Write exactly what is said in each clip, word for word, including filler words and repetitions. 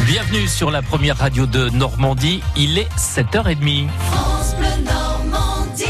Bienvenue sur la première radio de Normandie, il est sept heures trente. France Bleu Normandie.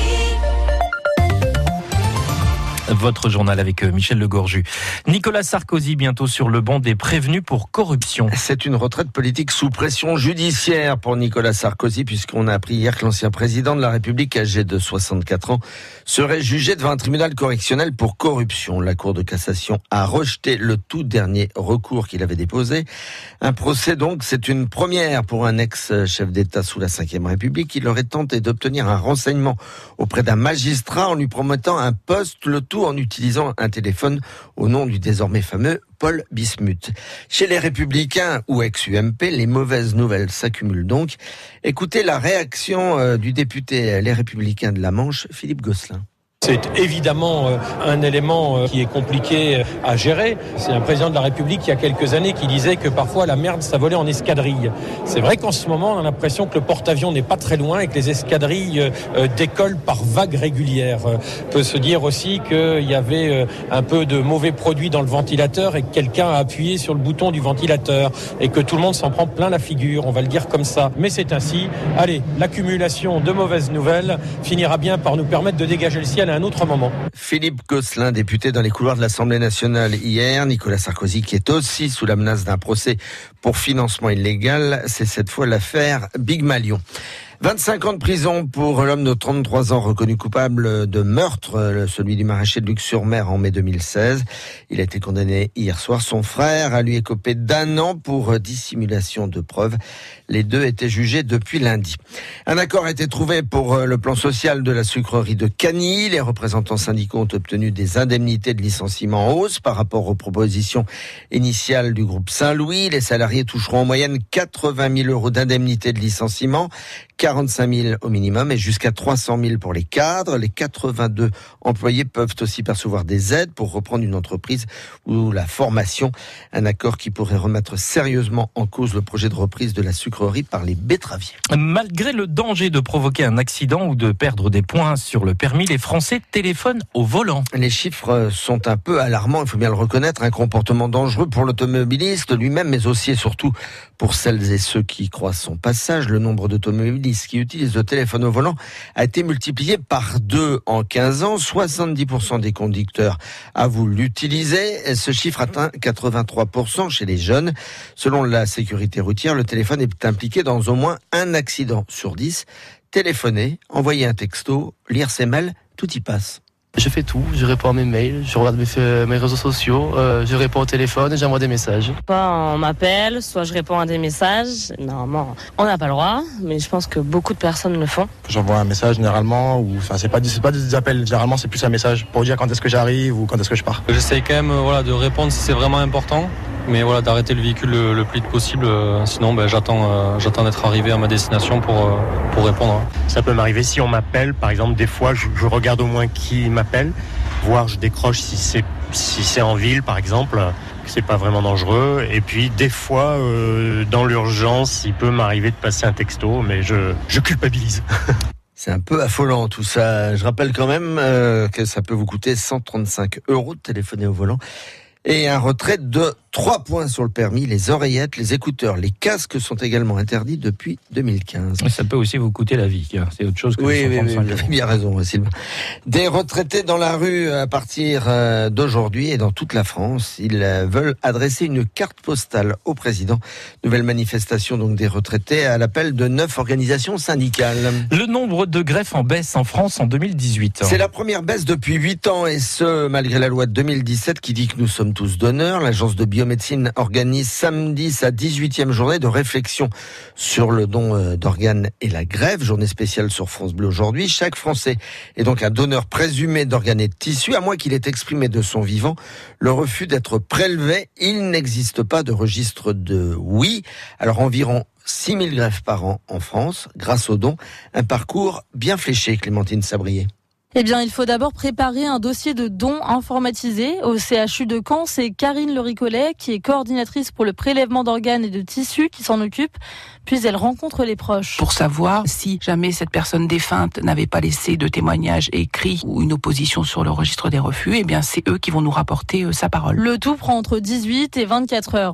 Votre journal avec Michel Legorju. Nicolas Sarkozy bientôt sur le banc des prévenus pour corruption. C'est une retraite politique sous pression judiciaire pour Nicolas Sarkozy, puisqu'on a appris hier que l'ancien président de la République, âgé de soixante-quatre ans, serait jugé devant un tribunal correctionnel pour corruption. La Cour de cassation a rejeté le tout dernier recours qu'il avait déposé. Un procès donc, c'est une première pour un ex-chef d'État sous la cinquième République. Il aurait tenté d'obtenir un renseignement auprès d'un magistrat en lui promettant un poste, le tout en utilisant un téléphone au nom du désormais fameux Paul Bismuth. Chez les Républicains ou ex-U M P, les mauvaises nouvelles s'accumulent donc. Écoutez la réaction du député Les Républicains de la Manche, Philippe Gosselin. C'est évidemment un élément qui est compliqué à gérer. C'est un président de la République il y a quelques années qui disait que parfois la merde ça volait en escadrille. C'est vrai qu'en ce moment on a l'impression que le porte-avions n'est pas très loin et que les escadrilles décollent par vagues régulières. On peut se dire aussi qu'il y avait un peu de mauvais produits dans le ventilateur et que quelqu'un a appuyé sur le bouton du ventilateur et que tout le monde s'en prend plein la figure, on va le dire comme ça. Mais c'est ainsi. Allez, l'accumulation de mauvaises nouvelles finira bien par nous permettre de dégager le ciel à un autre moment. Philippe Gosselin, député dans les couloirs de l'Assemblée nationale hier. Nicolas Sarkozy qui est aussi sous la menace d'un procès pour financement illégal. C'est cette fois l'affaire Big Malion. vingt-cinq ans de prison pour l'homme de trente-trois ans reconnu coupable de meurtre, celui du maraîcher de Luc-sur-Mer en mai deux mille seize. Il a été condamné hier soir. Son frère a lui écopé d'un an pour dissimulation de preuves. Les deux étaient jugés depuis lundi. Un accord a été trouvé pour le plan social de la sucrerie de Cagny. Les représentants syndicaux ont obtenu des indemnités de licenciement en hausse par rapport aux propositions initiales du groupe Saint-Louis. Les salariés toucheront en moyenne quatre-vingt mille euros d'indemnités de licenciement, quarante-cinq mille au minimum et jusqu'à trois cent mille pour les cadres. Les quatre-vingt-deux employés peuvent aussi percevoir des aides pour reprendre une entreprise ou la formation. Un accord qui pourrait remettre sérieusement en cause le projet de reprise de la sucrerie par les betteraviers. Malgré le danger de provoquer un accident ou de perdre des points sur le permis, les Français téléphonent au volant. Les chiffres sont un peu alarmants, il faut bien le reconnaître. Un comportement dangereux pour l'automobiliste lui-même, mais aussi et surtout pour celles et ceux qui croisent son passage. Le nombre d'automobilistes qui utilisent le téléphone au volant a été multiplié par deux en quinze ans. soixante-dix pour cent des conducteurs avouent l'utiliser. Et ce chiffre atteint quatre-vingt-trois pour cent chez les jeunes. Selon la sécurité routière, le téléphone est impliqué dans au moins un accident sur dix. Téléphoner, envoyer un texto, lire ses mails, tout y passe. Je fais tout, je réponds à mes mails, je regarde mes, mes réseaux sociaux, euh, je réponds au téléphone et j'envoie des messages. Soit on m'appelle, soit je réponds à des messages. Normalement, on n'a pas le droit, mais je pense que beaucoup de personnes le font. J'envoie un message généralement, ou enfin c'est pas c'est pas des appels, généralement c'est plus un message pour dire quand est-ce que j'arrive ou quand est-ce que je pars. J'essaie quand même voilà de répondre si c'est vraiment important. Mais voilà, d'arrêter le véhicule le, le plus vite possible. Euh, sinon, ben, j'attends, euh, j'attends d'être arrivé à ma destination pour, euh, pour répondre. Ça peut m'arriver si on m'appelle. Par exemple, des fois, je, je regarde au moins qui m'appelle. Voire, je décroche si c'est, si c'est en ville, par exemple, que c'est pas vraiment dangereux. Et puis, des fois, euh, dans l'urgence, il peut m'arriver de passer un texto, mais je, je culpabilise. C'est un peu affolant tout ça. Je rappelle quand même euh, que ça peut vous coûter cent trente-cinq euros de téléphoner au volant. Et un retrait de trois points sur le permis. Les oreillettes, les écouteurs, les casques sont également interdits depuis deux mille quinze. Ça peut aussi vous coûter la vie. C'est autre chose que oui, oui, oui, vous avez bien raison, Sylvain. Des retraités dans la rue à partir d'aujourd'hui et dans toute la France. Ils veulent adresser une carte postale au président. Nouvelle manifestation donc des retraités à l'appel de neuf organisations syndicales. Le nombre de greffes en baisse en France en deux mille dix-huit. C'est la première baisse depuis huit ans et ce, malgré la loi de deux mille dix-sept qui dit que nous sommes tous donneurs. L'agence de biomédecine organise samedi sa dix-huitième journée de réflexion sur le don d'organes et la greffe. Journée spéciale sur France Bleu aujourd'hui. Chaque Français est donc un donneur présumé d'organes et de tissus, à moins qu'il ait exprimé de son vivant le refus d'être prélevé. Il n'existe pas de registre de oui. Alors environ six mille greffes par an en France, grâce au don. Un parcours bien fléché, Clémentine Sabrier. Eh bien, il faut d'abord préparer un dossier de don informatisé. Au C H U de Caen, c'est Karine Lericollet, qui est coordinatrice pour le prélèvement d'organes et de tissus, qui s'en occupe. Puis elle rencontre les proches. Pour savoir si jamais cette personne défunte n'avait pas laissé de témoignage écrit ou une opposition sur le registre des refus, eh bien, c'est eux qui vont nous rapporter euh, sa parole. Le tout prend entre dix-huit et vingt-quatre heures.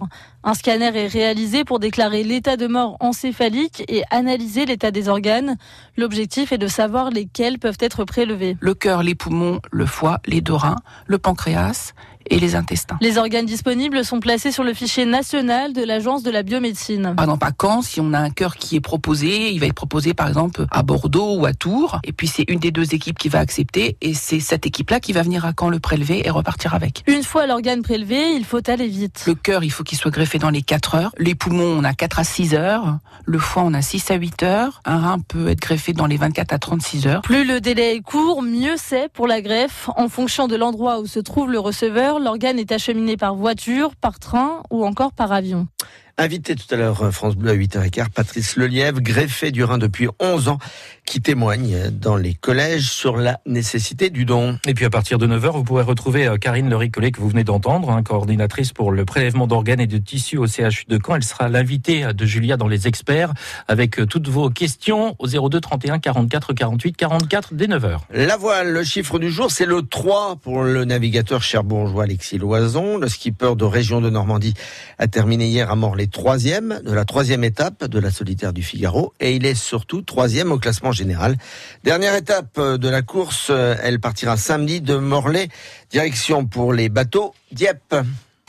Un scanner est réalisé pour déclarer l'état de mort encéphalique et analyser l'état des organes. L'objectif est de savoir lesquels peuvent être prélevés. Le cœur, les poumons, le foie, les deux reins, le pancréas et les intestins. Les organes disponibles sont placés sur le fichier national de l'Agence de la biomédecine. Par exemple, à Caen, si on a un cœur qui est proposé, il va être proposé par exemple à Bordeaux ou à Tours. Et puis c'est une des deux équipes qui va accepter et c'est cette équipe-là qui va venir à Caen le prélever et repartir avec. Une fois l'organe prélevé, il faut aller vite. Le cœur, il faut qu'il soit greffé dans les quatre heures. Les poumons, on a quatre à six heures. Le foie, on a six à huit heures. Un rein peut être greffé dans les vingt-quatre à trente-six heures. Plus le délai est court, mieux c'est pour la greffe. En fonction de l'endroit où se trouve le receveur, l'organe est acheminé par voiture, par train ou encore par avion. Invité tout à l'heure France Bleu à huit heures quinze, Patrice Lelièvre, greffé du rein depuis onze ans, qui témoigne dans les collèges sur la nécessité du don. Et puis à partir de neuf heures, vous pourrez retrouver Karine Lericollet que vous venez d'entendre, hein, coordinatrice pour le prélèvement d'organes et de tissus au C H U de Caen. Elle sera l'invitée de Julia dans Les Experts avec toutes vos questions au zéro deux trente et un quarante-quatre quarante-huit quarante-quatre dès neuf heures. La voile, le chiffre du jour, c'est le trois pour le navigateur cherbourgeois Alexis Loison. Le skipper de Région de Normandie a terminé hier à Morlaix troisième de la troisième étape de la solitaire du Figaro et il est surtout troisième au classement général. Dernière étape de la course, elle partira samedi de Morlaix, direction pour les bateaux Dieppe.